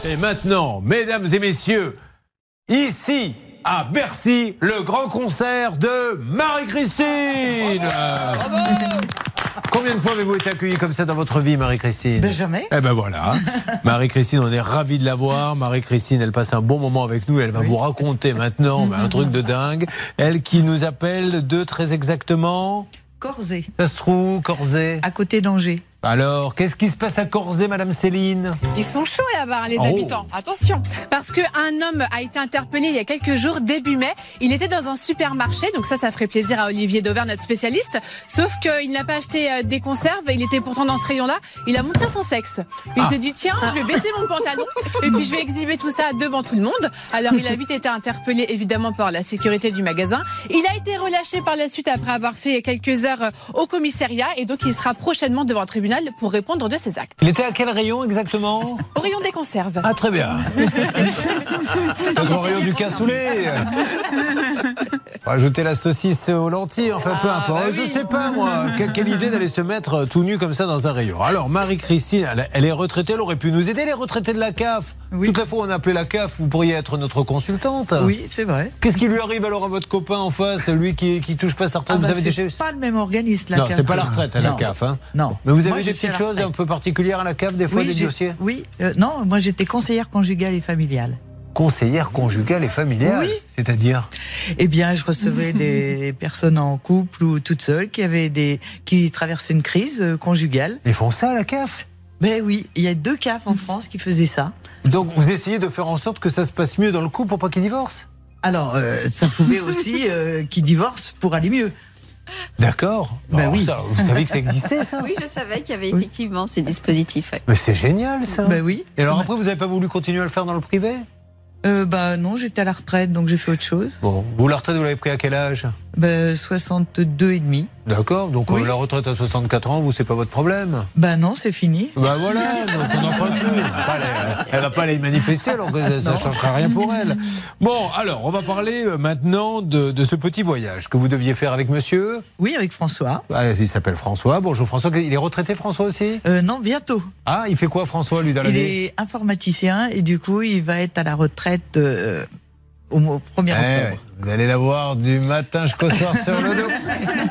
Et maintenant, mesdames et messieurs, ici à Bercy, le grand concert de Marie-Christine. Combien de fois avez-vous été accueillie comme ça dans votre vie, Marie-Christine? Ben jamais. Eh ben voilà. Marie-Christine, on est ravis de la voir. Marie-Christine, elle passe un bon moment avec nous. Elle va vous raconter maintenant un truc de dingue. Elle qui nous appelle de très exactement... Corzé. Ça se trouve, Corzé. À côté d'Angers. Alors, qu'est-ce qui se passe à Corzé, Madame Céline? Ils sont chauds là-bas, les habitants. Attention, parce qu'un homme a été interpellé il y a quelques jours, début mai. Il était dans un supermarché, donc ça ferait plaisir à Olivier Dauvert, notre spécialiste. Sauf qu'il n'a pas acheté des conserves, il était pourtant dans ce rayon-là. Il a montré son sexe. Il s'est dit, tiens, je vais baisser mon pantalon et puis je vais exhiber tout ça devant tout le monde. Alors il a vite été interpellé, évidemment, par la sécurité du magasin. Il a été relâché par la suite après avoir fait quelques heures au commissariat et donc il sera prochainement devant un tribunal pour répondre de ses actes. Il était à quel rayon exactement? Au rayon des conserves. Ah, très bien. C'est au rayon du cassoulet. Rajouter la saucisse aux lentilles, enfin peu importe. Bah Je oui. sais pas moi, quelle idée d'aller se mettre tout nu comme ça dans un rayon. Alors Marie-Christine, elle est retraitée, elle aurait pu nous aider, les retraités de la CAF. Oui. Toutes les fois on a appelé la CAF, vous pourriez être notre consultante. Oui, c'est vrai. Qu'est-ce qui lui arrive alors à votre copain en face, lui qui touche pas sa retraite? Vous avez des c'est choses? pas le même organisme, la Non, CAF. c'est pas la retraite à la Non. CAF. Hein. Non. Mais vous Moi, avez je des suis à petites la choses retraite. un peu particulières à la CAF, des fois, des dossiers? Oui. Non, moi j'étais conseillère conjugale et familiale. Conseillère conjugale et familiale. Oui. C'est-à-dire? Eh bien, je recevais des personnes en couple ou toutes seules qui traversaient une crise conjugale. Ils font ça à la CAF? Ben oui, il y a 2 CAF en France qui faisaient ça. Donc vous essayez de faire en sorte que ça se passe mieux dans le couple pour pas qu'ils divorcent? Alors, ça pouvait aussi qu'ils divorcent pour aller mieux. D'accord. Bah Bon, oui. ça, vous savez que ça existait, ça? Oui, je savais qu'il y avait effectivement ces dispositifs. Mais c'est génial, ça. Ben oui. Et alors après, vous n'avez pas voulu continuer à le faire dans le privé? Non, j'étais à la retraite, donc j'ai fait autre chose. Bon, vous, la retraite, vous l'avez pris à quel âge? 62 et demi. D'accord, donc Oui. la retraite à 64 ans, vous, c'est pas votre problème? Non, c'est fini. Bah voilà, donc on n'en parle plus. Elle va pas aller manifester alors que ça ne changera rien pour elle. Bon, alors, on va parler maintenant de ce petit voyage que vous deviez faire avec monsieur. Oui, avec François. Ah, il s'appelle François. Bonjour François, il est retraité François aussi? Non, bientôt. Ah, il fait quoi François, lui, dans la Il vie? est informaticien et du coup, il va être à la retraite au 1er octobre. Vous allez la voir du matin jusqu'au soir sur le dos.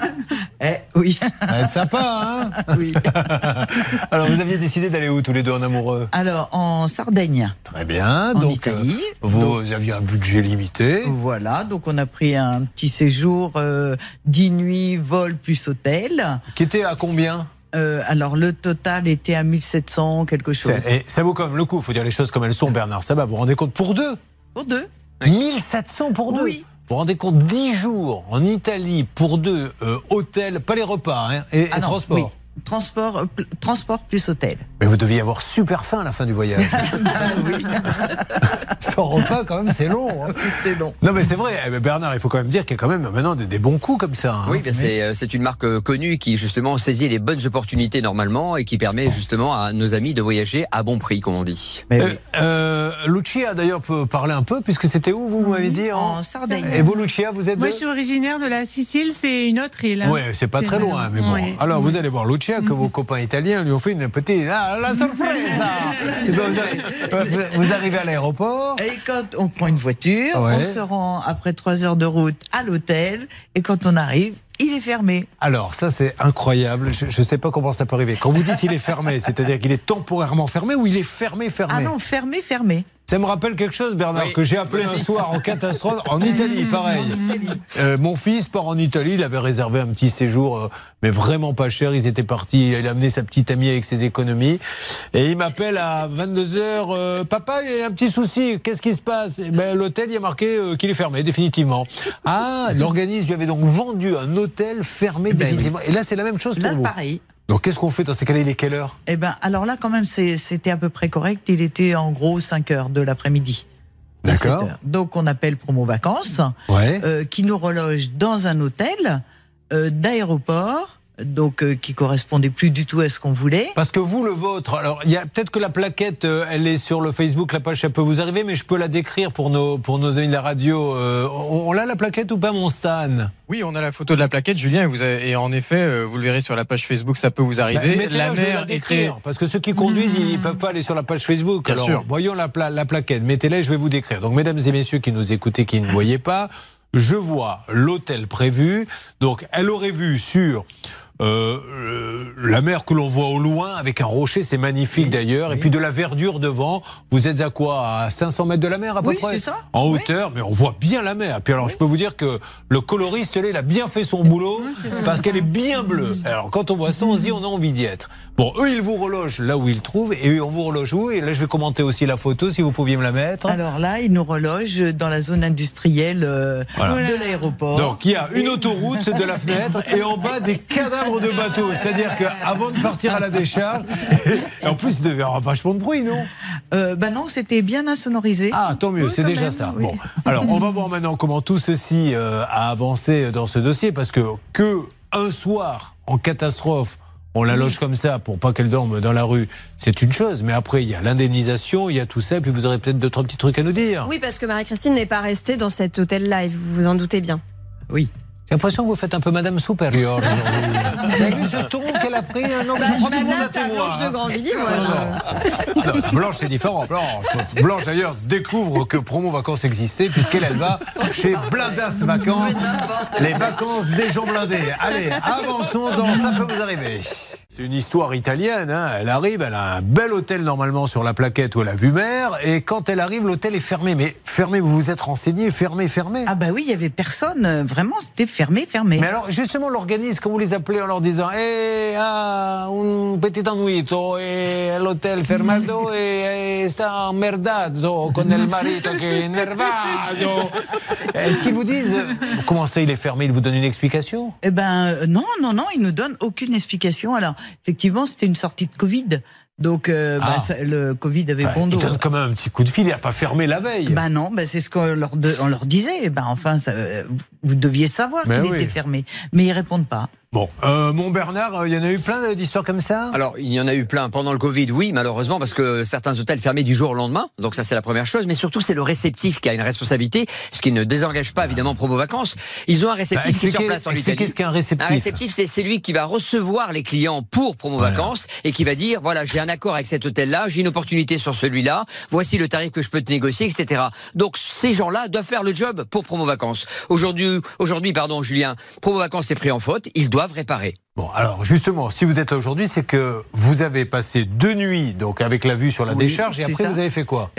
Oui. Ça va être sympa, hein? Oui. Alors, vous aviez décidé d'aller où tous les deux en amoureux? Alors, en Sardaigne, Très bien. en Donc, Italie. vous aviez un budget limité. Voilà, donc on a pris un petit séjour 10 nuits, vol plus hôtel. Qui était à combien? Alors, le total était à 1700 quelque chose. Et ça vaut quand même le coup, il faut dire les choses comme elles sont, Bernard Sabat. Vous vous rendez compte pour deux? Pour 2. 1700 pour deux? Oui. Vous vous rendez compte, 10 jours en Italie pour deux, hôtel, pas les repas, hein, et Ah non, transport. oui. Transport plus hôtel. Mais vous deviez avoir super faim à la fin du voyage. Oui, Sans repas, quand même, c'est long. Hein. c'est long. Non, mais c'est vrai, Bernard, il faut quand même dire qu'il y a quand même maintenant des bons coups comme ça. Hein. Oui, bien, c'est une marque connue qui justement saisit les bonnes opportunités normalement et qui permet justement à nos amis de voyager à bon prix, comme on dit. Mais oui. Lucia, d'ailleurs, peut parler un peu, puisque c'était où, vous m'avez dit En Sardaigne. Et vous, Lucia, vous êtes Moi, de... je suis originaire de la Sicile, c'est une autre île. Oui, c'est pas très loin, mais bon. Ouais. Alors, vous allez voir Lucia, que vos copains italiens lui ont fait une petite... Ah, la surprise. Vous arrivez à l'aéroport. Et quand on prend une voiture, Ouais. on se rend après 3 heures de route à l'hôtel. Et quand on arrive, il est fermé. Alors, ça, c'est incroyable. Je ne sais pas comment ça peut arriver. Quand vous dites il est fermé, c'est-à-dire qu'il est temporairement fermé ou il est fermé? Ah non, fermé. Ça me rappelle quelque chose, Bernard, Oui, que j'ai appelé mon un fils. soir en catastrophe en Italie, pareil. Mon fils part en Italie, il avait réservé un petit séjour, mais vraiment pas cher. Ils étaient partis, il a amené sa petite amie avec ses économies. Et il m'appelle à 22h, papa, il y a un petit souci, qu'est-ce qui se passe? L'hôtel, il y a marqué qu'il est fermé, définitivement. Ah, l'organisme lui avait donc vendu un hôtel fermé définitivement. Et là, c'est la même chose pour Là, vous. pareil. Donc, qu'est-ce qu'on fait dans ces cas-là? Il est quelle heure? Alors là, quand même, c'était à peu près correct. Il était en gros 5 heures de l'après-midi. D'accord. 17 heures. Donc on appelle Promo Vacances, Ouais. qui nous reloge dans un hôtel d'aéroport donc qui correspondait plus du tout à ce qu'on voulait. Parce que vous, le vôtre, alors il y a peut-être que la plaquette, elle est sur le Facebook, la page, ça peut vous arriver, mais je peux la décrire pour nos amis de la radio. On l'a la plaquette ou pas, mon Stan? Oui, on a la photo de la plaquette, Julien, et en effet, vous le verrez sur la page Facebook, ça peut vous arriver. La mer était... Parce que ceux qui conduisent, ils ne peuvent pas aller sur la page Facebook. Bien sûr. Voyons la plaquette, mettez-la, je vais vous décrire. Donc, mesdames et messieurs qui nous écoutez, qui ne voyaient pas, je vois l'hôtel prévu. Donc, elle aurait vu sur... la mer que l'on voit au loin avec un rocher, c'est magnifique d'ailleurs, et puis de la verdure devant. Vous êtes à quoi? À 500 mètres de la mer à peu près? C'est ça. En hauteur, mais on voit bien la mer. Puis alors je peux vous dire que le coloriste là, il a bien fait son boulot parce qu'elle est bien bleue. Alors quand on voit ça, on se dit on a envie d'y être. Bon, eux ils vous relogent là où ils trouvent et eux on vous reloge où? Et là je vais commenter aussi la photo si vous pouviez me la mettre. Alors là, ils nous relogent dans la zone industrielle de l'aéroport. Donc il y a une autoroute de la fenêtre et en bas des cadavres de bateaux, c'est-à-dire qu'avant de partir à la décharge, et en plus il devait y avoir vachement de bruit, non? Non, c'était bien insonorisé. Ah, tant mieux, Oui, c'est quand déjà même, ça. oui. Bon, alors on va voir maintenant comment tout ceci a avancé dans ce dossier, parce que un soir en catastrophe, on la loge comme ça pour pas qu'elle dorme dans la rue, c'est une chose, mais après il y a l'indemnisation, il y a tout ça, et puis vous aurez peut-être 2-3 petits trucs à nous dire. Oui, parce que Marie-Christine n'est pas restée dans cet hôtel-là, et vous vous en doutez bien. Oui. J'ai l'impression que vous faites un peu Madame Supérieure aujourd'hui. Vous avez vu ce ton qu'elle a pris? Non, je prends tout le monde à témoin. Blanche de Grandvilliers, moi. Non, Blanche, c'est différent. Blanche, d'ailleurs, découvre que Promo Vacances existait, puisqu'elle va chez Blindas Vacances. Les vacances des gens blindés. Allez, avançons dans Ça peut vous arriver. C'est une histoire italienne, hein. Elle arrive, elle a un bel hôtel normalement sur la plaquette où elle a vue mer, et quand elle arrive, l'hôtel est fermé. Mais fermé, vous vous êtes renseigné, fermé. Ah bah oui, il y avait personne, vraiment, c'était fermé. Mais alors, justement, l'organisme, quand vous les appelez en leur disant un petit annuito, et l'hôtel fermado, et sta merdado, con el marito che è nervado. Est-ce qu'ils vous disent, comment ça il est fermé, ils vous donnent une explication? Eh ben, non, ils nous donnent aucune explication. Alors, effectivement, c'était une sortie de Covid. Donc, le Covid avait bon dos. Il donne quand même un petit coup de fil, il n'a pas fermé la veille. Non, c'est ce qu'on leur disait. Vous deviez savoir qu'il était fermé. Mais ils ne répondent pas. Bon, mon Bernard, il y en a eu plein d'histoires comme ça? Alors, il y en a eu plein pendant le Covid, oui, malheureusement, parce que certains hôtels fermaient du jour au lendemain. Donc ça, c'est la première chose. Mais surtout, c'est le réceptif qui a une responsabilité, ce qui ne désengage pas, évidemment, Promo Vacances. Ils ont un réceptif qui est sur place en Italie. Qu'est-ce qu'un réceptif? Un réceptif, c'est lui qui va recevoir les clients pour Promo Vacances et qui va dire, voilà, j'ai un accord avec cet hôtel-là, j'ai une opportunité sur celui-là, voici le tarif que je peux te négocier, etc. Donc, ces gens-là doivent faire le job pour Promo Vacances. Aujourd'hui, Julien, Promo Vacances est pris en faute, ils doivent réparer. Bon, alors justement, si vous êtes là aujourd'hui, c'est que vous avez passé 2 nuits donc avec la vue sur la décharge, et après vous avez fait quoi?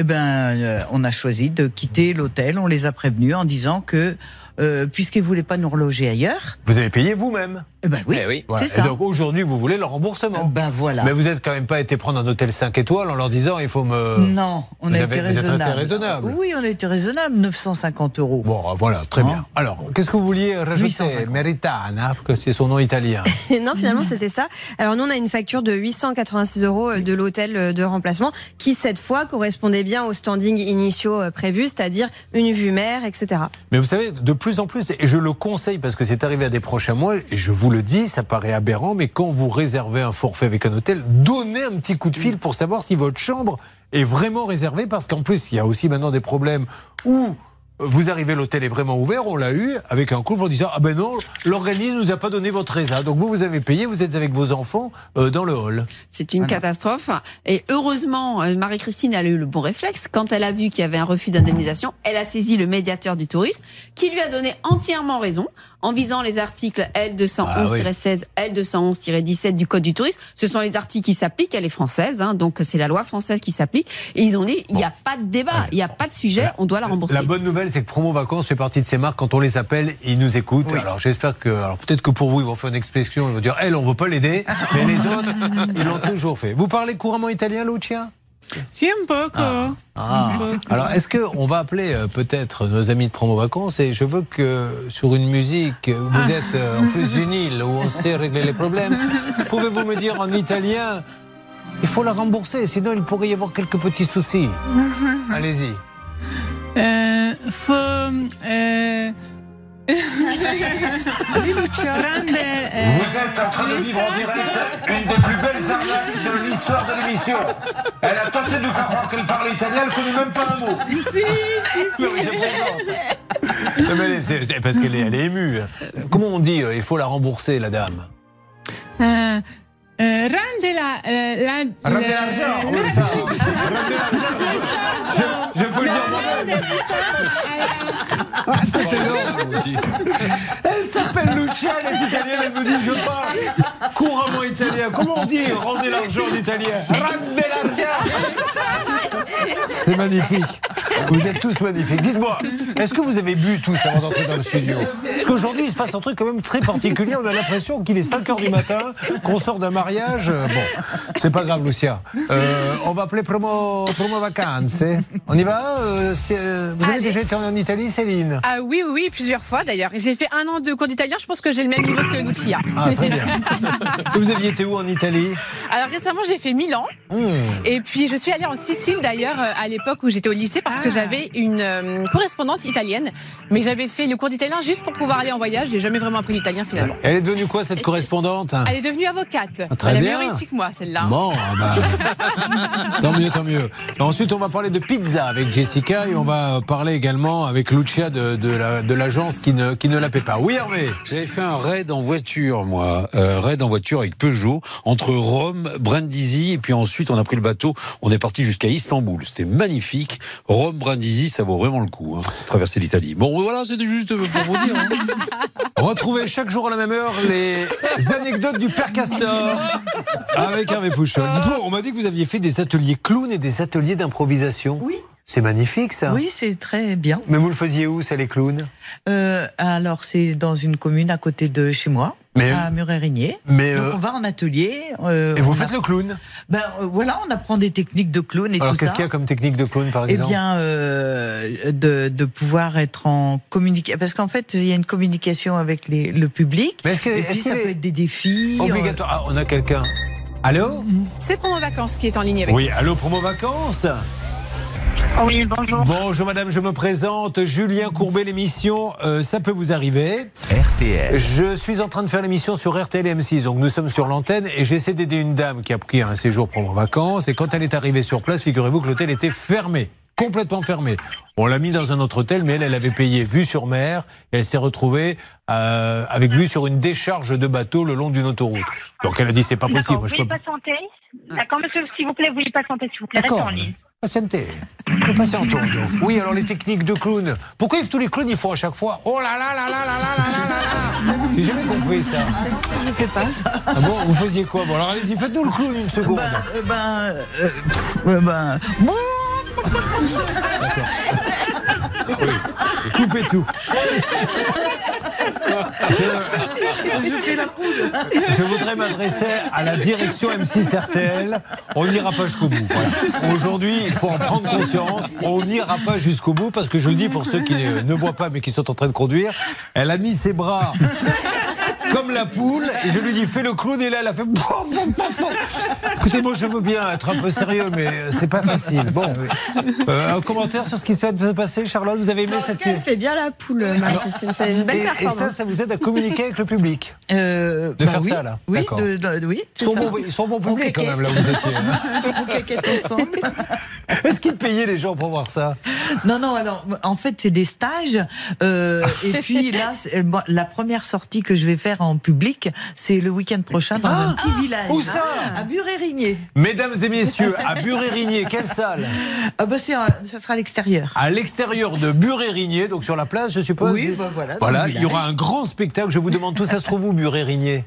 On a choisi de quitter l'hôtel, on les a prévenus en disant que puisqu'ils ne voulaient pas nous reloger ailleurs... Vous avez payé vous-même? Oui, voilà. c'est ça. Et donc aujourd'hui, vous voulez le remboursement. Voilà. Mais vous n'êtes quand même pas été prendre un hôtel 5 étoiles en leur disant il faut me... Non, on a été raisonnable. Vous êtes resté raisonnable. Oui, on a été raisonnable, 950 €. Bon, voilà, très bien. Alors, qu'est-ce que vous vouliez rajouter? Meritana, que c'est son nom italien. Non, finalement, c'était ça. Alors nous, on a une facture de 886 € de l'hôtel de remplacement qui, cette fois, correspondait bien aux standings initiaux prévus, c'est-à-dire une vue mer, etc. Mais vous savez, de plus en plus, et je le conseille parce que c'est arrivé à des proches à moi, et je vous le dis, ça paraît aberrant, mais quand vous réservez un forfait avec un hôtel, donnez un petit coup de fil pour savoir si votre chambre est vraiment réservée, parce qu'en plus, il y a aussi maintenant des problèmes où vous arrivez, l'hôtel est vraiment ouvert, on l'a eu avec un couple en disant ah ben non, l'organisme nous a pas donné votre résa, donc vous avez payé, vous êtes avec vos enfants dans le hall. C'est une catastrophe, et heureusement Marie-Christine elle a eu le bon réflexe. Quand elle a vu qu'il y avait un refus d'indemnisation, elle a saisi le médiateur du tourisme qui lui a donné entièrement raison en visant les articles L211-16, L211-17 du Code du tourisme. Ce sont les articles qui s'appliquent, elle est française, donc c'est la loi française qui s'applique, et ils ont dit il n'y a pas de débat, il n'y a pas de sujet, on doit la rembourser. La bonne nouvelle, c'est que Promo Vacances fait partie de ces marques. Quand on les appelle, ils nous écoutent. Oui. Alors j'espère que, peut-être que pour vous, ils vont faire une expression, ils vont dire, on ne veut pas l'aider, mais les autres, ils l'ont toujours fait. Vous parlez couramment italien, Lucia? Si, un poco. Alors, est-ce qu'on va appeler peut-être nos amis de Promo Vacances, et je veux que sur une musique, vous êtes en plus d'une île où on sait régler les problèmes, pouvez-vous me dire en italien, il faut la rembourser, sinon il pourrait y avoir quelques petits soucis. Allez-y. Vous êtes en train de vivre en direct une des plus belles arnaques de l'histoire de l'émission. Elle a tenté de nous faire croire qu'elle parle italien, elle ne connaît même pas un mot. C'est parce qu'elle est émue. Comment on dit il faut la rembourser, la dame? Rende l'argent, comme ça. Je peux le dire moi-même. C'était long aussi. Elle s'appelle Lucia, les Italiens, elle me dit je parle couramment italien. Comment on dit rendez l'argent en italien? Rende l'argent. C'est magnifique. Vous êtes tous magnifiques. Dites-moi, est-ce que vous avez bu tous avant d'entrer dans le studio? Parce qu'aujourd'hui, il se passe un truc quand même très particulier. On a l'impression qu'il est 5h du matin, qu'on sort d'un mariage. Bon, c'est pas grave, Lucia. On va appeler promo vacances. On y va vous avez déjà été en Italie, Céline? Ah oui, plusieurs fois d'ailleurs. J'ai fait 1 an de cours d'italien. Je pense que j'ai le même niveau que Lucia. Ah, très bien. Vous aviez été où en Italie? Alors récemment, j'ai fait Milan. Et puis je suis allée en Sicile d'ailleurs à l'époque où j'étais au lycée parce que j'avais une correspondante italienne. Mais j'avais fait le cours d'italien juste pour pouvoir aller en voyage. J'ai jamais vraiment appris l'italien finalement. Elle est devenue quoi cette correspondante? Elle est devenue avocate. Très elle bien. est mieux réussie que moi celle-là. Bon, tant mieux, tant mieux. Ensuite, on va parler de pizza avec Jessica et on va parler également avec Lucia de l'agence qui ne la paie pas. Oui, Hervé? J'avais fait un raid en voiture, moi. Raid en voiture avec Peugeot, entre Rome, Brindisi, et puis ensuite on a pris le bateau, on est parti jusqu'à Istanbul. C'était magnifique. Rome, Brindisi, ça vaut vraiment le coup, traverser l'Italie. Bon, voilà, c'était juste pour vous dire. Retrouvez chaque jour à la même heure les anecdotes du Père Castor avec Hervé Pouchol. Dites-moi, on m'a dit que vous aviez fait des ateliers clown et des ateliers d'improvisation. Oui. C'est magnifique, ça. Oui, c'est très bien. Mais vous le faisiez où, ça, les clowns? Alors, c'est dans une commune à côté de chez moi, à Muret-Rigné. Donc, on va en atelier. Et vous faites le clown? Voilà, on apprend des techniques de clown et alors, tout ça. qu'est-ce qu'il y a comme technique de clown, par exemple? Eh bien, de pouvoir être en communication. Parce qu'en fait, il y a une communication avec le public. Mais ça peut être des défis. Obligatoire. Ah, on a quelqu'un. Allô? C'est Promo Vacances qui est en ligne avec Oui, allô, Promo Vacances? Oui, bonjour. Bonjour madame, je me présente, Julien Courbet, l'émission Ça peut vous arriver. RTL. Je suis en train de faire l'émission sur RTL et M6, donc nous sommes sur l'antenne et j'essaie d'aider une dame qui a pris un séjour Promo Vacances et quand elle est arrivée sur place, figurez-vous que l'hôtel était fermé, complètement fermé. On l'a mis dans un autre hôtel, mais elle avait payé vue sur mer et elle s'est retrouvée avec vue sur une décharge de bateau le long d'une autoroute. Donc elle a dit c'est pas possible. Vous voulez patienter? D'accord, monsieur, s'il vous plaît, vous voulez patienter, s'il vous plaît. Restez en ligne. Patientez. Patientons donc. Oui, alors les techniques de clown. Pourquoi tous les clowns ils font à chaque fois oh là là là là là là là là là? J'ai jamais compris ça. Je fais pas ça. Ah bon, vous faisiez quoi? Bon, alors allez-y, faites-nous le clown une seconde. Oui, coupez tout. Je fais la poule. Je voudrais m'adresser à la direction M6 RTL. On n'ira pas jusqu'au bout. Voilà. Aujourd'hui, il faut en prendre conscience. On n'ira pas jusqu'au bout parce que je le dis pour ceux qui ne voient pas mais qui sont en train de conduire. Elle a mis ses bras comme la poule et je lui dis fais le clown et là elle a fait. Écoutez, moi je veux bien être un peu sérieux mais c'est pas facile. Bon, un commentaire sur ce qui s'est passé, Charlotte? Vous avez aimé cette... Elle fait bien la poule, Marie-Christine. C'est une belle performance. Et ça vous aide à communiquer avec le public de faire ça là? Oui, oui. Ils sont bons publics quand même là où vous étiez. On caquette ensemble. Est-ce qu'ils payaient les gens pour voir ça? Non, alors en fait c'est des stages et puis là la première sortie que je vais faire en public c'est le week-end prochain dans un petit village. Où ça? À Buret-Rigné. Mesdames et messieurs, à Buret-Rigné, quelle salle? Ça sera à l'extérieur. À l'extérieur de Buret-Rigné, donc sur la place je suppose. Oui, voilà. Voilà, il y aura un grand spectacle, je vous demande tout, ça se trouve où Buret-Rigné?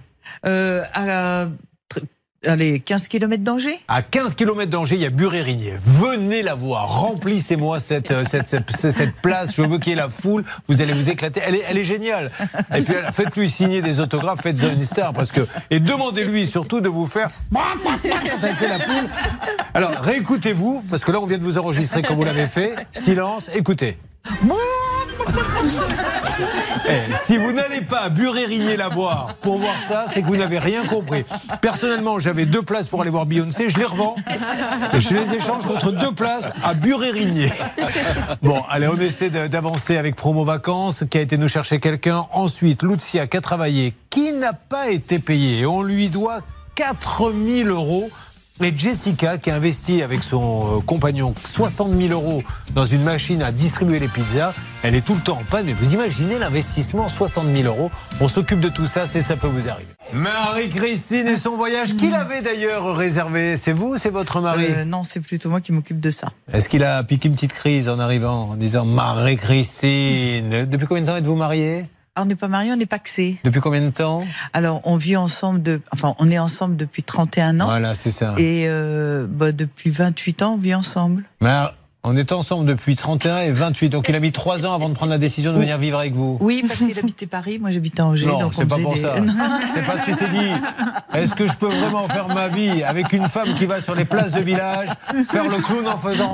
Allez, 15 km d'Angers. À 15 km d'Angers, il y a Buret-Rigné. Venez la voir, remplissez-moi cette place, je veux qu'il y ait la foule, vous allez vous éclater. Elle est géniale. Et puis faites-lui signer des autographes, faites-en une star, et demandez-lui surtout de vous faire quand elle fait la poule. Alors, réécoutez-vous, parce que là on vient de vous enregistrer comme vous l'avez fait. Silence, écoutez. Si vous n'allez pas à Burérigné la voir pour voir ça, c'est que vous n'avez rien compris. Personnellement, j'avais 2 places pour aller voir Beyoncé, je les revends. Je les échange contre 2 places à Burérigné. Bon, allez, on essaie d'avancer avec Promo Vacances, qui a été nous chercher quelqu'un. Ensuite, Lucia, qui a travaillé, qui n'a pas été payé. On lui doit 4 000 €. Et Jessica, qui a investi avec son compagnon 60 000 € dans une machine à distribuer les pizzas, elle est tout le temps en panne. Mais vous imaginez l'investissement, 60 000 €. On s'occupe de tout ça, ça peut vous arriver. Marie-Christine et son voyage, qui l'avait d'ailleurs réservé? C'est vous ou c'est votre mari? Non, c'est plutôt moi qui m'occupe de ça. Est-ce qu'il a piqué une petite crise en arrivant, en disant Marie-Christine, depuis combien de temps êtes-vous mariés? On n'est pas mariés, on n'est pacsés. Depuis combien de temps? Alors, on vit ensemble on est ensemble depuis 31 ans. Voilà, c'est ça. Et depuis 28 ans, on vit ensemble. Mais on est ensemble depuis 31 et 28. Donc, il a mis 3 ans avant de prendre la décision de venir vivre avec vous. Oui, parce qu'il habitait Paris, moi j'habitais Angers. Non, donc c'est pas pour ça. C'est parce qu'il s'est dit, est-ce que je peux vraiment faire ma vie avec une femme qui va sur les places de village, faire le clown en faisant...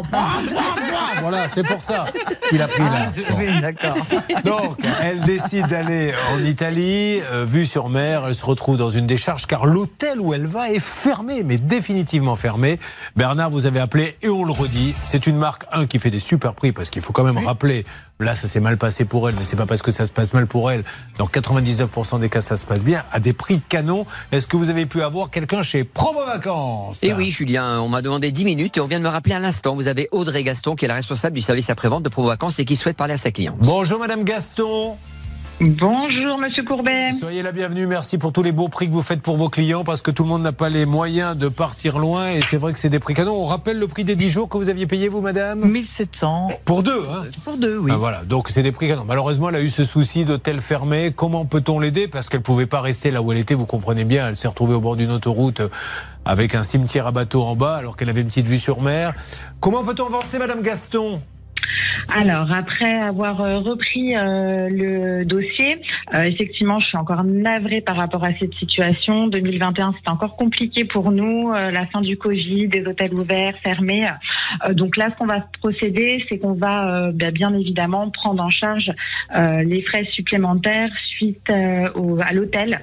Voilà, c'est pour ça qu'il a pris là. Oui, d'accord. Donc, elle décide d'aller en Italie, vue sur mer. Elle se retrouve dans une décharge car l'hôtel où elle va est fermé, mais définitivement fermé. Bernard, vous avez appelé et on le redit. C'est une marque, qui fait des super prix parce qu'il faut quand même rappeler, là, ça s'est mal passé pour elle, mais c'est pas parce que ça se passe mal pour elle. Dans 99% des cas, ça se passe bien, à des prix canon. Est-ce que vous avez pu avoir quelqu'un chez Promo Vacances? Et oui, Julien, on m'a demandé 10 minutes et on vient de me rappeler à l'instant. Vous avez Audrey Gaston, qui est la responsable du service après-vente de Promo Vacances et qui souhaite parler à sa cliente. Bonjour Madame Gaston. Bonjour Monsieur Courbet. Soyez la bienvenue, merci pour tous les beaux prix que vous faites pour vos clients parce que tout le monde n'a pas les moyens de partir loin et c'est vrai que c'est des prix canons. On rappelle le prix des 10 jours que vous aviez payé vous madame? 1700. Pour 2 Pour 2, oui. Voilà, donc c'est des prix canons. Malheureusement elle a eu ce souci d'hôtel fermé. Comment peut-on l'aider? Parce qu'elle ne pouvait pas rester là où elle était, vous comprenez bien, elle s'est retrouvée au bord d'une autoroute avec un cimetière à bateau en bas alors qu'elle avait une petite vue sur mer. Comment peut-on avancer madame Gaston? Alors, après avoir repris le dossier, effectivement, je suis encore navrée par rapport à cette situation. 2021, c'était encore compliqué pour nous. La fin du Covid, des hôtels ouverts, fermés. Donc là, ce qu'on va procéder, c'est qu'on va bien évidemment prendre en charge les frais supplémentaires suite à l'hôtel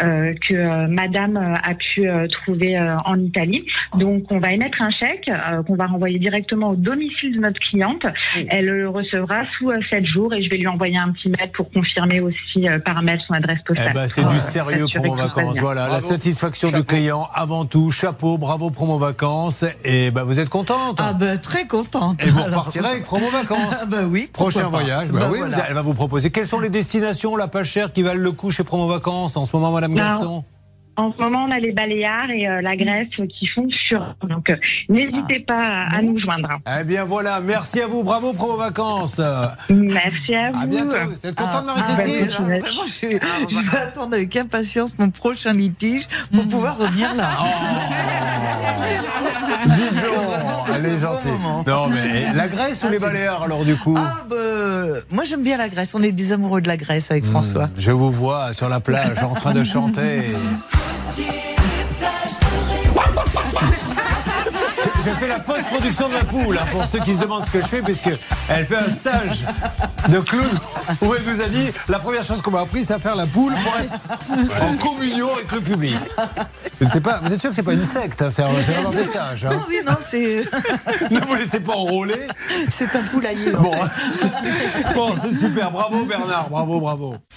que madame a pu trouver en Italie. Donc, on va émettre un chèque qu'on va renvoyer directement au domicile de notre cliente. Elle le recevra sous 7 jours et je vais lui envoyer un petit mail pour confirmer aussi par mail son adresse postale. C'est du sérieux Promo Vacances. Voilà, bravo. La satisfaction du client avant tout. Chapeau, bravo Promo Vacances. Et vous êtes contente? Très contente. Et vous repartirez avec Promo Vacances? Oui. Prochain voyage. Oui, voilà. Elle va vous proposer. Quelles sont les destinations la pas chères qui valent le coup chez Promo Vacances en ce moment, Madame Gaston? En ce moment, on a les Baléares et la Grèce qui font fureur. Donc, n'hésitez pas à nous joindre. Eh bien voilà, merci à vous. Bravo Promo Vacances. Merci à vous. À bientôt. Vous êtes contente de Marie-Christine? Vraiment, je vais attendre avec impatience mon prochain litige pour pouvoir revenir là. Dis donc, elle est gentille. Non mais la Grèce ou les Baléares alors du coup? Moi j'aime bien la Grèce. On est des amoureux de la Grèce avec François. Je vous vois sur la plage en train de chanter. J'ai fait la post-production de la poule, pour ceux qui se demandent ce que je fais, puisqu'elle fait un stage de clown où elle nous a dit la première chose qu'on m'a appris, c'est à faire la poule pour être en communion avec le public. Je ne sais pas, vous êtes sûr que c'est pas une secte, c'est vraiment des sages. Non, oui, non, c'est. Ne vous laissez pas enrôler. C'est un poulailler. Bon, c'est super, bravo Bernard, bravo.